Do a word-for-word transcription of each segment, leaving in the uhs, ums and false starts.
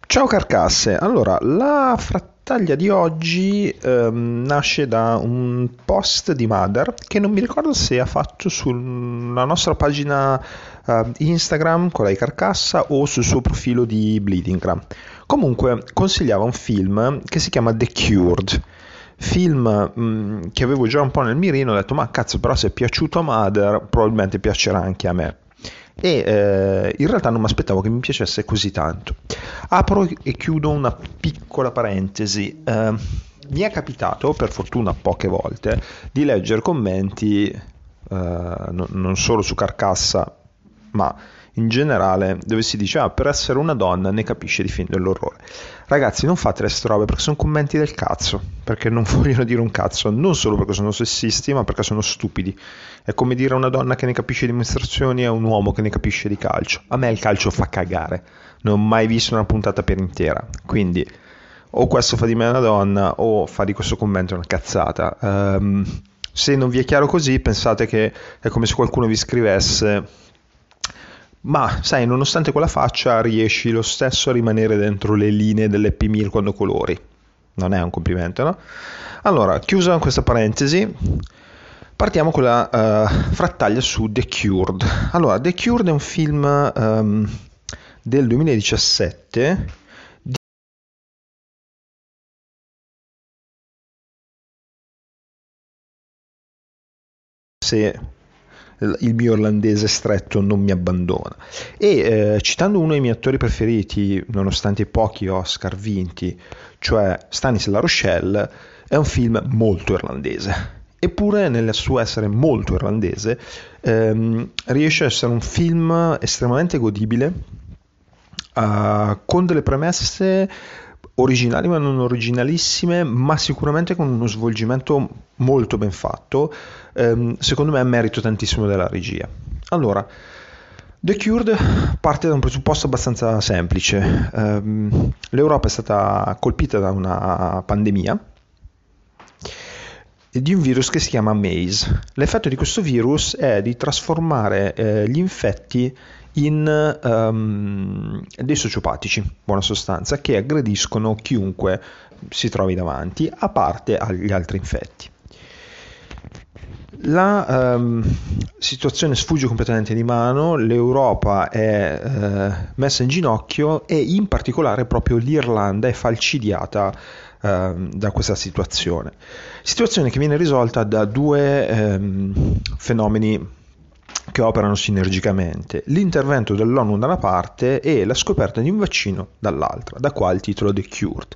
Ciao carcasse, allora la frattaglia di oggi ehm, nasce da un post di Mother che non mi ricordo se ha fatto sulla nostra pagina eh, Instagram, quella di Carcassa, o sul suo profilo di Bleedingram. Comunque consigliava un film che si chiama The Cured, film mh, che avevo già un po' nel mirino, ho detto ma cazzo, però se è piaciuto a Mother probabilmente piacerà anche a me. E eh, in realtà non mi aspettavo che mi piacesse così tanto. Apro e chiudo una piccola parentesi. Eh, mi è capitato, per fortuna poche volte, di leggere commenti eh, no- non solo su Carcassa, ma in generale, dove si dice: ah, per essere una donna ne capisce di film dell'orrore. Ragazzi, non fate queste robe perché sono commenti del cazzo, perché non vogliono dire un cazzo, non solo perché sono sessisti, ma perché sono stupidi. È come dire a una donna che ne capisce di dimostrazioni a un uomo che ne capisce di calcio. A me il calcio fa cagare, non ho mai visto una puntata per intera, quindi o questo fa di me una donna o fa di questo commento una cazzata. Ehm, se non vi è chiaro così, pensate che è come se qualcuno vi scrivesse: ma sai, nonostante quella faccia riesci lo stesso a rimanere dentro le linee dell'Happy Meal quando colori. Non è un complimento, no? Allora, chiusa questa parentesi, partiamo con la uh, frattaglia su The Cured. Allora, The Cured è un film um, del duemiladiciassette. Se il mio irlandese stretto non mi abbandona. E eh, citando uno dei miei attori preferiti, nonostante i pochi Oscar vinti, cioè Stanis La Rochelle, è un film molto irlandese. Eppure, nel suo essere molto irlandese, ehm, riesce a essere un film estremamente godibile, uh, con delle premesse originali ma non originalissime, ma sicuramente con uno svolgimento molto ben fatto, ehm, secondo me è merito tantissimo della regia. Allora, The Cured parte da un presupposto abbastanza semplice. Ehm, L'Europa è stata colpita da una pandemia di un virus che si chiama maze. L'effetto di questo virus è di trasformare eh, gli infetti in um, dei sociopatici, buona sostanza, che aggrediscono chiunque si trovi davanti, a parte agli altri infetti. La um, situazione sfugge completamente di mano, l'Europa è uh, messa in ginocchio e in particolare proprio l'Irlanda è falcidiata uh, da questa situazione. Situazione che viene risolta da due um, fenomeni che operano sinergicamente: l'intervento dell'ONU da una parte e la scoperta di un vaccino dall'altra, da qua il titolo The Cured.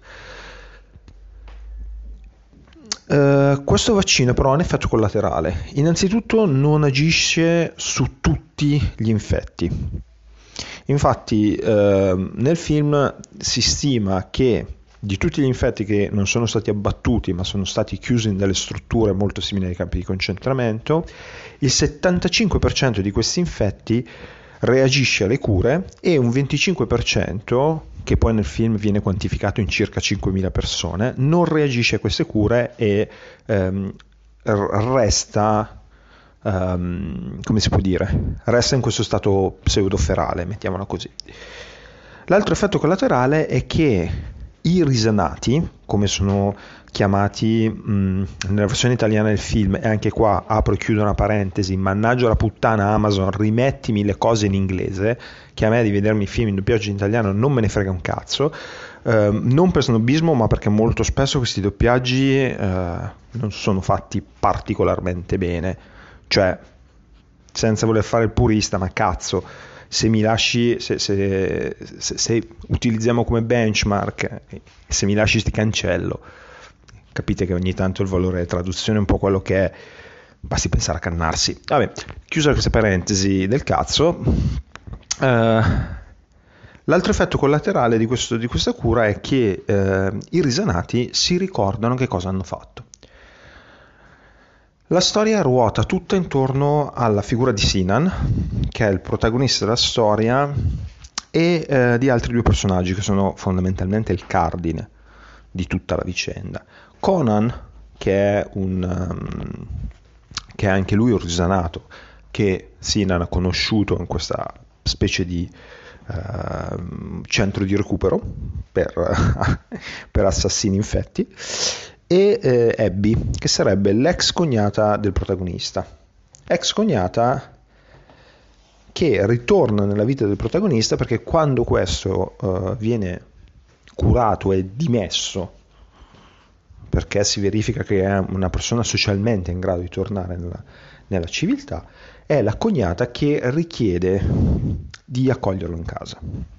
Uh, questo vaccino però ha un effetto collaterale. Innanzitutto non agisce su tutti gli infetti. Infatti uh, nel film si stima che di tutti gli infetti che non sono stati abbattuti ma sono stati chiusi in delle strutture molto simili ai campi di concentramento, il settantacinque per cento di questi infetti reagisce alle cure e un venticinque per cento, che poi nel film viene quantificato in circa cinquemila persone, non reagisce a queste cure e ehm, resta, ehm, come si può dire, resta in questo stato pseudoferale, mettiamola così. L'altro effetto collaterale è che i risanati, come sono chiamati mh, nella versione italiana del film, e anche qua apro e chiudo una parentesi, mannaggia la puttana Amazon, rimettimi le cose in inglese, che a me di vedermi i film in doppiaggio in italiano non me ne frega un cazzo, eh, non per snobismo ma perché molto spesso questi doppiaggi eh, non sono fatti particolarmente bene, cioè senza voler fare il purista, ma cazzo, se mi lasci, se, se, se, se utilizziamo come benchmark, se mi lasci ti cancello. Capite che ogni tanto il valore della traduzione è un po' quello che è, basti pensare a cannarsi. Vabbè, chiusa questa parentesi del cazzo, eh, l'altro effetto collaterale di, questo, di questa cura è che eh, i risanati si ricordano che cosa hanno fatto. La storia ruota tutta intorno alla figura di Sinan, che è il protagonista della storia, e eh, di altri due personaggi che sono fondamentalmente il cardine di tutta la vicenda. Conan, che è, un, um, che è anche lui un risanato, che Sinan ha conosciuto in questa specie di uh, centro di recupero, per, per assassini infetti, e eh, Abby, che sarebbe l'ex cognata del protagonista. Ex cognata che ritorna nella vita del protagonista perché quando questo uh, viene curato e dimesso, perché si verifica che è una persona socialmente in grado di tornare nella, nella civiltà, è la cognata che richiede di accoglierlo in casa.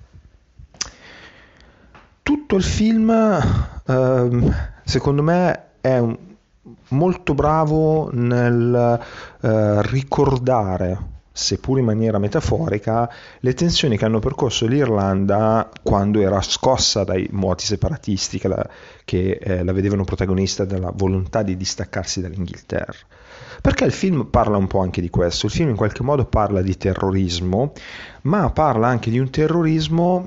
Tutto il film, ehm, secondo me, è un, molto bravo nel eh, ricordare, seppur in maniera metaforica, le tensioni che hanno percorso l'Irlanda quando era scossa dai moti separatisti che la, che, eh, la vedevano protagonista della volontà di distaccarsi dall'Inghilterra. Perché il film parla un po' anche di questo, il film in qualche modo parla di terrorismo, ma parla anche di un terrorismo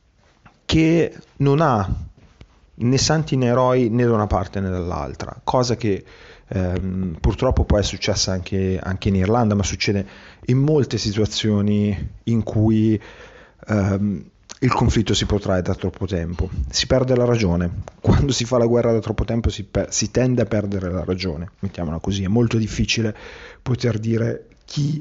che non ha né santi né eroi né da una parte né dall'altra, cosa che ehm, purtroppo poi è successa anche, anche in Irlanda, ma succede in molte situazioni in cui ehm, il conflitto si protrae da troppo tempo, si perde la ragione. Quando si fa la guerra da troppo tempo si, per- si tende a perdere la ragione, mettiamola così. È molto difficile poter dire chi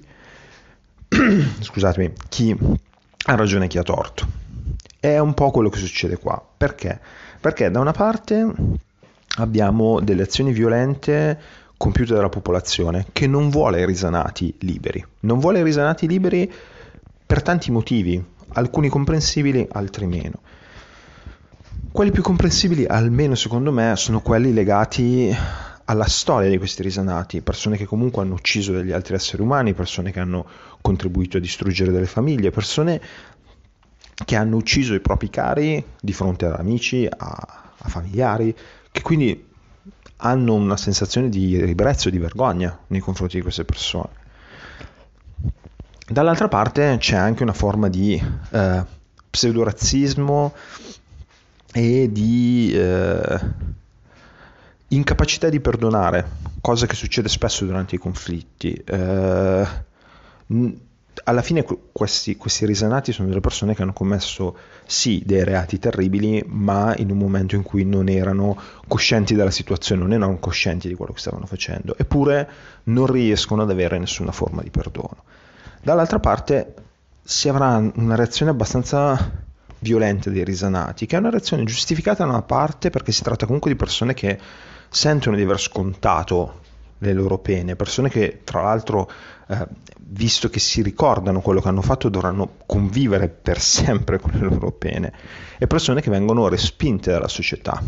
scusatemi, chi ha ragione e chi ha torto. È un po' quello che succede qua. Perché? Perché da una parte abbiamo delle azioni violente compiute dalla popolazione che non vuole i risanati liberi. Non vuole i risanati liberi per tanti motivi, alcuni comprensibili, altri meno. Quelli più comprensibili, almeno secondo me, sono quelli legati alla storia di questi risanati, persone che comunque hanno ucciso degli altri esseri umani, persone che hanno contribuito a distruggere delle famiglie, persone che hanno ucciso i propri cari di fronte ad amici, a, a familiari, che quindi hanno una sensazione di ribrezzo e di vergogna nei confronti di queste persone. Dall'altra parte c'è anche una forma di eh, pseudorazzismo e di eh, incapacità di perdonare, cosa che succede spesso durante i conflitti. Eh, alla fine questi, questi risanati sono delle persone che hanno commesso sì dei reati terribili, ma in un momento in cui non erano coscienti della situazione, non erano coscienti di quello che stavano facendo, eppure non riescono ad avere nessuna forma di perdono. Dall'altra parte si avrà una reazione abbastanza violenta dei risanati, che è una reazione giustificata da una parte perché si tratta comunque di persone che sentono di aver scontato le loro pene, persone che tra l'altro eh, visto che si ricordano quello che hanno fatto dovranno convivere per sempre con le loro pene, e persone che vengono respinte dalla società.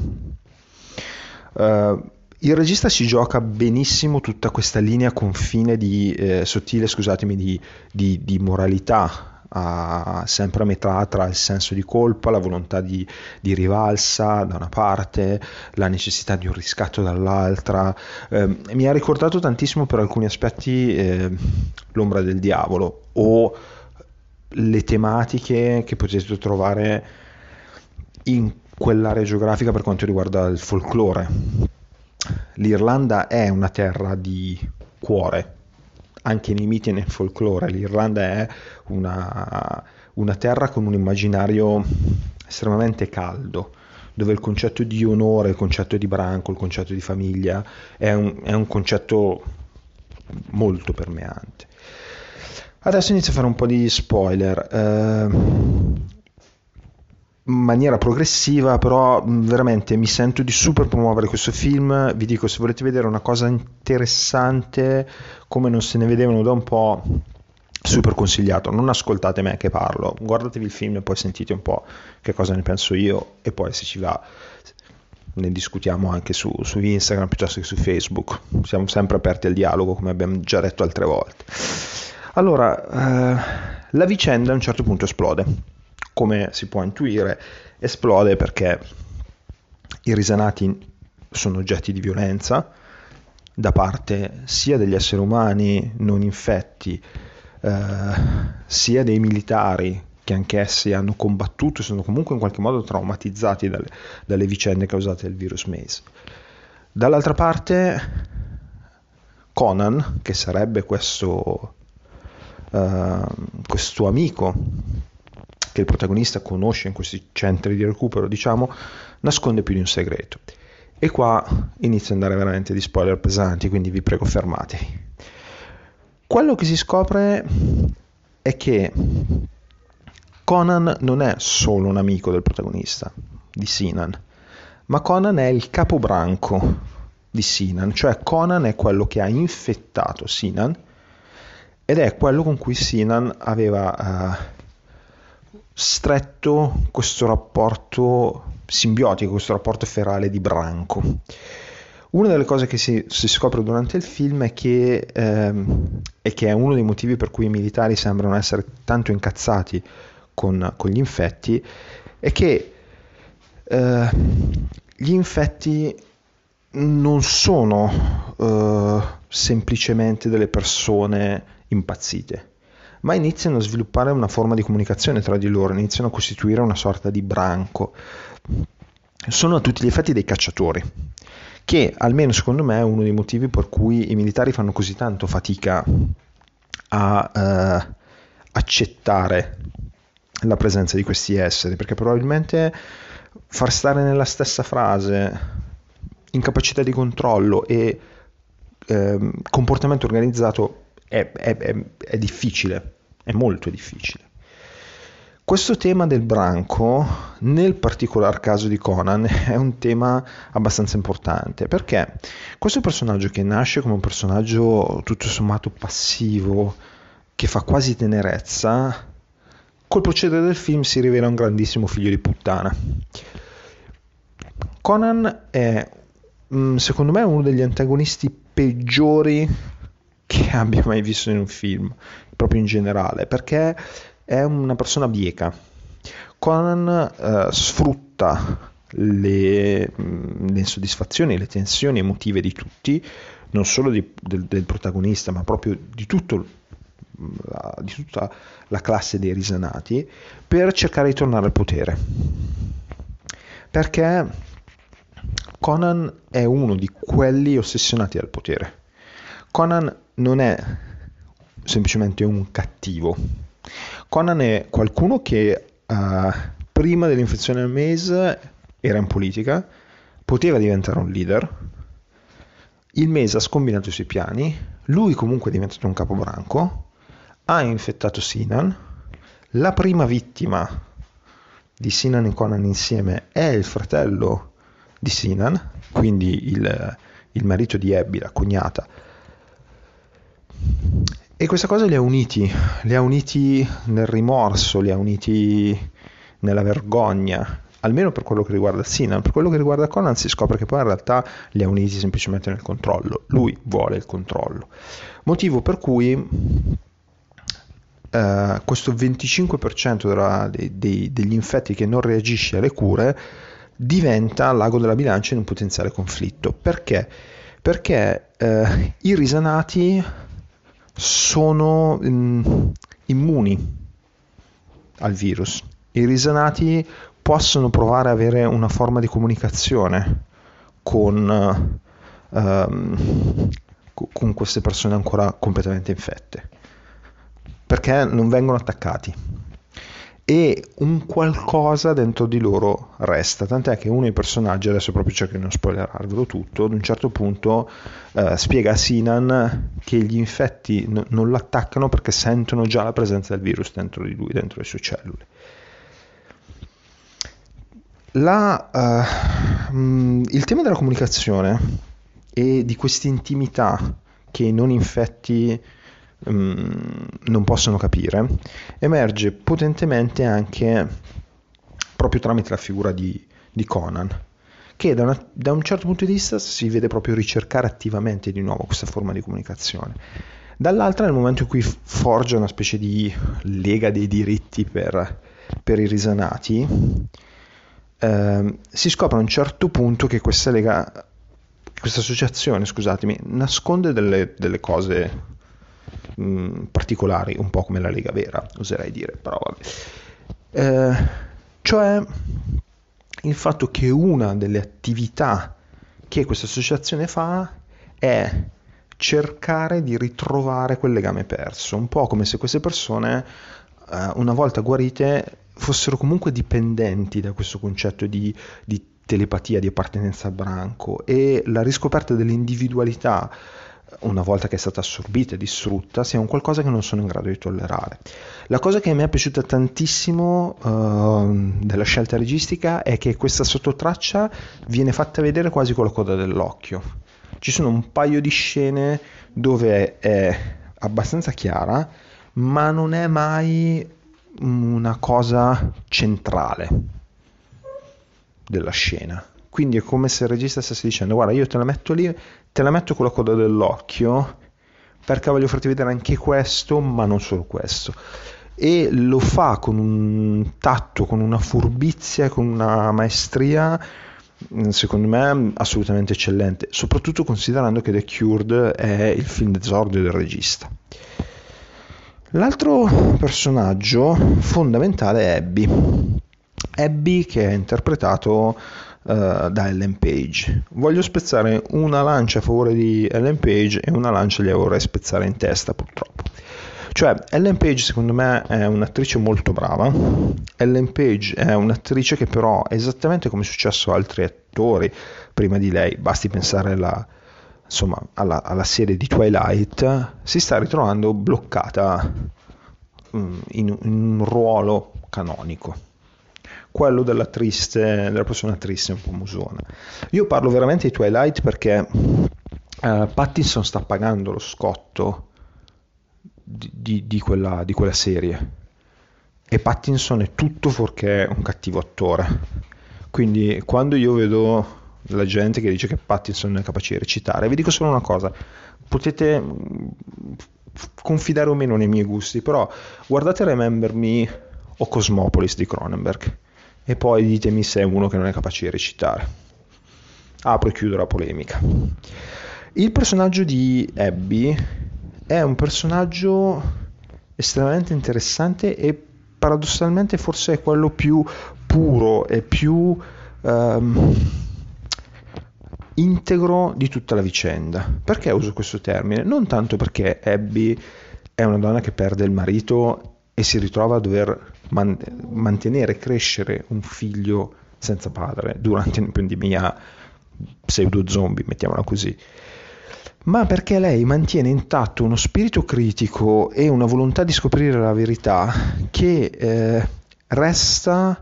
Uh, il regista si gioca benissimo tutta questa linea confine di eh, sottile, scusatemi, di, di, di moralità, a, sempre a metà tra il senso di colpa, la volontà di, di rivalsa da una parte, la necessità di un riscatto dall'altra. Eh, mi ha ricordato tantissimo per alcuni aspetti eh, L'ombra del diavolo o le tematiche che potete trovare in quell'area geografica per quanto riguarda il folklore. L'Irlanda è una terra di cuore, anche nei miti e nel folklore. L'Irlanda è una, una terra con un immaginario estremamente caldo, dove il concetto di onore, il concetto di branco, il concetto di famiglia è un, è un concetto molto permeante. Adesso inizio a fare un po' di spoiler. Eh, in maniera progressiva, però veramente mi sento di super promuovere questo film. Vi dico, se volete vedere una cosa interessante come non se ne vedevano da un po', super consigliato. Non ascoltate me che parlo, guardatevi il film e poi sentite un po' che cosa ne penso io, e poi se ci va ne discutiamo anche su, su Instagram piuttosto che su Facebook. Siamo sempre aperti al dialogo, come abbiamo già detto altre volte. Allora, eh, la vicenda a un certo punto esplode. Come si può intuire, esplode perché i risanati sono oggetti di violenza da parte sia degli esseri umani non infetti, eh, sia dei militari, che anch'essi hanno combattuto e sono comunque in qualche modo traumatizzati dalle, dalle vicende causate dal virus Maze. Dall'altra parte Conan, che sarebbe questo, uh, questo amico che il protagonista conosce in questi centri di recupero, diciamo, nasconde più di un segreto. E qua inizio ad andare veramente di spoiler pesanti, quindi vi prego fermatevi. Quello che si scopre è che Conan non è solo un amico del protagonista, di Sinan, ma Conan è il capobranco di Sinan, cioè Conan è quello che ha infettato Sinan ed è quello con cui Sinan aveva uh, stretto questo rapporto simbiotico, questo rapporto ferale di branco. Una delle cose che si, si scopre durante il film è che, ehm, e che è uno dei motivi per cui i militari sembrano essere tanto incazzati con, con gli infetti, è che eh, gli infetti non sono eh, semplicemente delle persone impazzite, ma iniziano a sviluppare una forma di comunicazione tra di loro, iniziano a costituire una sorta di branco. Sono a tutti gli effetti dei cacciatori, che almeno secondo me è uno dei motivi per cui i militari fanno così tanto fatica a eh, accettare la presenza di questi esseri, perché probabilmente far stare nella stessa frase incapacità di controllo e eh, comportamento organizzato è, è, è, è difficile, è molto difficile. Questo tema del branco, nel particolar caso di Conan, è un tema abbastanza importante, perché questo personaggio che nasce come un personaggio tutto sommato passivo, che fa quasi tenerezza, col procedere del film si rivela un grandissimo figlio di puttana. Conan è, secondo me, uno degli antagonisti peggiori che abbia mai visto in un film, proprio in generale, perché è una persona bieca. Conan eh, sfrutta le, le insoddisfazioni, le tensioni emotive di tutti, non solo di, del, del protagonista, ma proprio di, tutto, la, di tutta la classe dei risanati, per cercare di tornare al potere. Perché Conan è uno di quelli ossessionati dal potere. Conan non è semplicemente un cattivo. Conan è qualcuno che uh, prima dell'infezione al Maze era in politica, poteva diventare un leader, il Maze ha scombinato i suoi piani, lui comunque è diventato un capobranco, ha infettato Sinan, la prima vittima di Sinan e Conan insieme è il fratello di Sinan, quindi il, il marito di Abby, la cognata. E questa cosa li ha uniti, li ha uniti nel rimorso, li ha uniti nella vergogna, almeno per quello che riguarda Sinan. Per quello che riguarda Conan si scopre che poi in realtà li ha uniti semplicemente nel controllo. Lui vuole il controllo. Motivo per cui eh, questo venticinque per cento della, dei, dei, degli infetti che non reagisce alle cure diventa l'ago della bilancia in un potenziale conflitto. Perché? Perché eh, i risanati sono mh, immuni al virus. I risanati possono provare ad avere una forma di comunicazione con, uh, con queste persone ancora completamente infette, perché non vengono attaccati e un qualcosa dentro di loro resta, tant'è che uno dei personaggi, adesso proprio cerco di non spoilerarvelo tutto, ad un certo punto uh, spiega a Sinan che gli infetti n- non l'attaccano perché sentono già la presenza del virus dentro di lui, dentro le sue cellule. La, uh, mh, il tema della comunicazione e di questa intimità che i non infetti mh, non possono capire emerge potentemente anche proprio tramite la figura di, di Conan, che da, una, da un certo punto di vista si vede proprio ricercare attivamente di nuovo questa forma di comunicazione. Dall'altra, nel momento in cui forgia una specie di lega dei diritti per, per i risanati, eh, si scopre a un certo punto che questa lega, questa associazione, scusatemi, nasconde delle, delle cose mh, particolari, un po' come la Lega Vera, oserei dire, però vabbè. Eh, cioè il fatto che una delle attività che questa associazione fa è cercare di ritrovare quel legame perso, un po' come se queste persone, eh, una volta guarite, fossero comunque dipendenti da questo concetto di, di telepatia, di appartenenza al branco, e la riscoperta dell'individualità, una volta che è stata assorbita e distrutta, sia un qualcosa che non sono in grado di tollerare. La cosa che mi è piaciuta tantissimo uh, della scelta registica è che questa sottotraccia viene fatta vedere quasi con la coda dell'occhio. Ci sono un paio di scene dove è abbastanza chiara, ma non è mai una cosa centrale della scena. Quindi è come se il regista stesse dicendo: guarda, io te la metto lì, te la metto con la coda dell'occhio perché voglio farti vedere anche questo, ma non solo questo. E lo fa con un tatto, con una furbizia, con una maestria, secondo me assolutamente eccellente, soprattutto considerando che The Cured è il film d'esordio del regista. L'altro personaggio fondamentale è Abby. Abby, che è interpretato uh, da Ellen Page. Voglio spezzare una lancia a favore di Ellen Page e una lancia gli vorrei spezzare in testa, purtroppo. Cioè, Ellen Page secondo me è un'attrice molto brava. Ellen Page è un'attrice che però, esattamente come è successo a altri attori prima di lei, basti pensare alla, insomma, alla, alla serie di Twilight, si sta ritrovando bloccata um, in, in un ruolo canonico, quello della triste, della persona triste, un po' musona. Io parlo veramente di Twilight perché uh, Pattinson sta pagando lo scotto di, di, di, quella, di quella serie, e Pattinson è tutto fuorché un cattivo attore. Quindi quando io vedo la gente che dice che Pattinson è capace di recitare, vi dico solo una cosa: potete confidare o meno nei miei gusti, però guardate Remember Me o Cosmopolis di Cronenberg e poi ditemi se è uno che non è capace di recitare. Apro e chiudo la polemica. Il personaggio di Abby è un personaggio estremamente interessante e paradossalmente forse è quello più puro e più um, integro di tutta la vicenda. Perché uso questo termine? Non tanto perché Abby è una donna che perde il marito e si ritrova a dover man- mantenere e crescere un figlio senza padre durante un'epidemia pseudo zombie, mettiamola così, ma perché lei mantiene intatto uno spirito critico e una volontà di scoprire la verità che eh, resta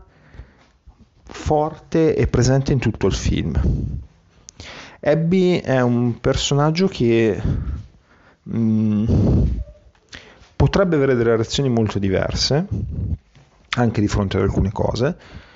forte e presente in tutto il film. Abby è un personaggio che mh, potrebbe avere delle reazioni molto diverse anche di fronte ad alcune cose,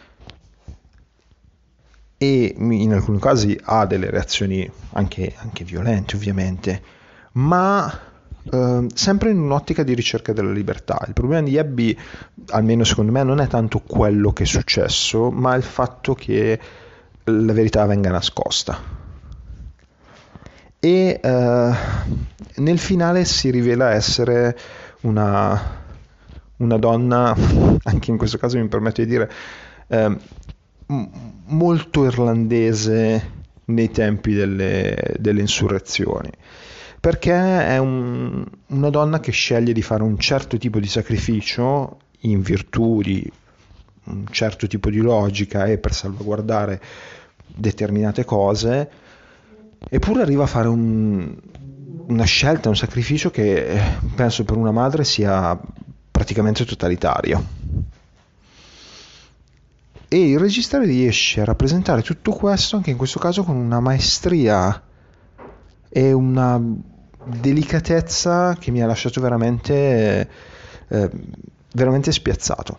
e in alcuni casi ha delle reazioni anche, anche violente, ovviamente, ma eh, sempre in un'ottica di ricerca della libertà. Il problema di Abby, almeno secondo me, non è tanto quello che è successo, ma il fatto che la verità venga nascosta. E eh, nel finale si rivela essere una, una donna, anche in questo caso mi permetto di dire, eh, molto irlandese nei tempi delle, delle insurrezioni, perché è un, una donna che sceglie di fare un certo tipo di sacrificio in virtù di un certo tipo di logica e per salvaguardare determinate cose, eppure arriva a fare un, una scelta, un sacrificio che penso per una madre sia praticamente totalitario. E il regista riesce a rappresentare tutto questo anche in questo caso con una maestria e una delicatezza che mi ha lasciato veramente eh, veramente spiazzato.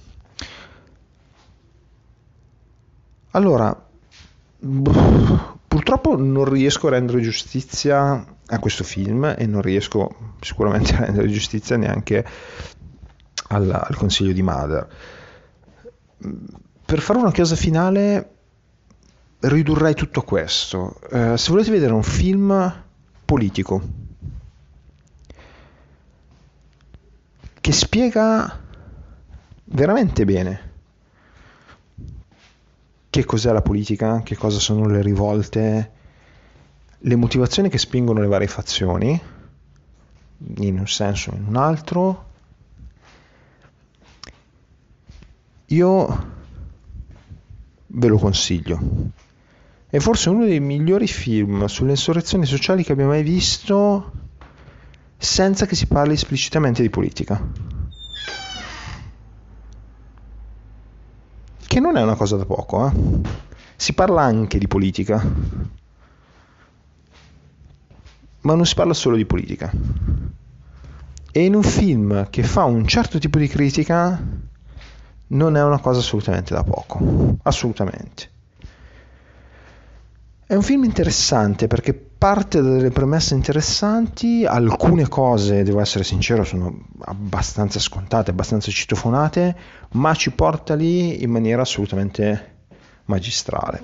Allora, purtroppo non riesco a rendere giustizia a questo film e non riesco sicuramente a rendere giustizia neanche al, al consiglio di Mother. Per fare una chiusa finale ridurrei tutto a questo. Eh, se volete vedere un film politico che spiega veramente bene che cos'è la politica, che cosa sono le rivolte, le motivazioni che spingono le varie fazioni, in un senso o in un altro, io ve lo consiglio. È forse uno dei migliori film sulle insurrezioni sociali che abbia mai visto, senza che si parli esplicitamente di politica. Che non è una cosa da poco, eh? Si parla anche di politica, ma non si parla solo di politica. E in un film che fa un certo tipo di critica non è una cosa assolutamente da poco, assolutamente. È un film interessante perché parte da delle premesse interessanti, alcune cose, devo essere sincero, sono abbastanza scontate, abbastanza citofonate, ma ci porta lì in maniera assolutamente magistrale.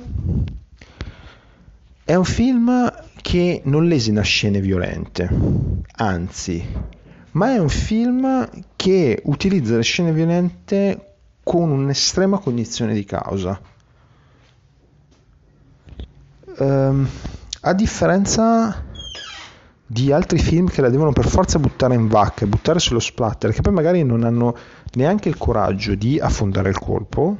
È un film che non lesina scene violente, anzi, ma è un film che utilizza le scene violente con un'estrema cognizione di causa. Um, a differenza di altri film che la devono per forza buttare in vacca e buttare sullo splatter, che poi magari non hanno neanche il coraggio di affondare il colpo,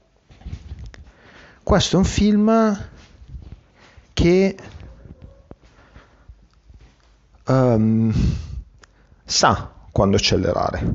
questo è un film che um, sa quando accelerare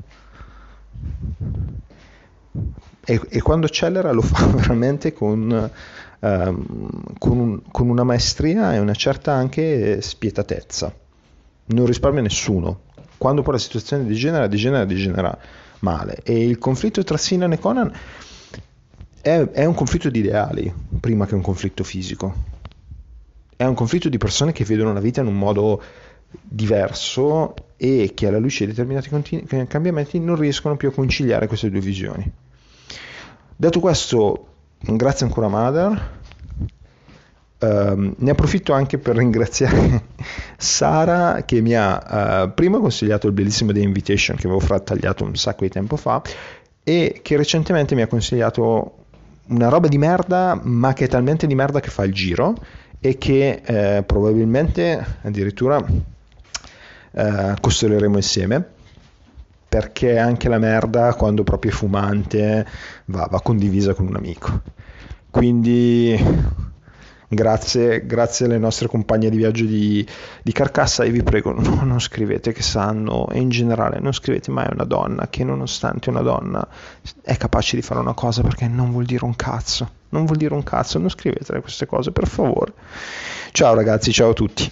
e, e quando accelera lo fa veramente con Um, con, un, con una maestria e una certa anche spietatezza. Non risparmia nessuno. Quando poi la situazione degenera, degenera, degenera male. E il conflitto tra Sinan e Conan è, è un conflitto di ideali, prima che un conflitto fisico. È un conflitto di persone che vedono la vita in un modo diverso e che alla luce di determinati continu- cambiamenti non riescono più a conciliare queste due visioni. Detto questo, grazie ancora Mother. Uh, ne approfitto anche per ringraziare Sara che mi ha uh, prima consigliato il bellissimo The Invitation che avevo frattagliato un sacco di tempo fa e che recentemente mi ha consigliato una roba di merda, ma che è talmente di merda che fa il giro e che uh, probabilmente addirittura uh, costruiremo insieme, perché anche la merda, quando proprio è fumante, va, va condivisa con un amico. Quindi grazie, grazie alle nostre compagne di viaggio di, di Carcassa, e vi prego, no, non scrivete che sanno, e in generale non scrivete mai a una donna che nonostante una donna è capace di fare una cosa, perché non vuol dire un cazzo, non vuol dire un cazzo, non scrivete queste cose, per favore. Ciao ragazzi, ciao a tutti.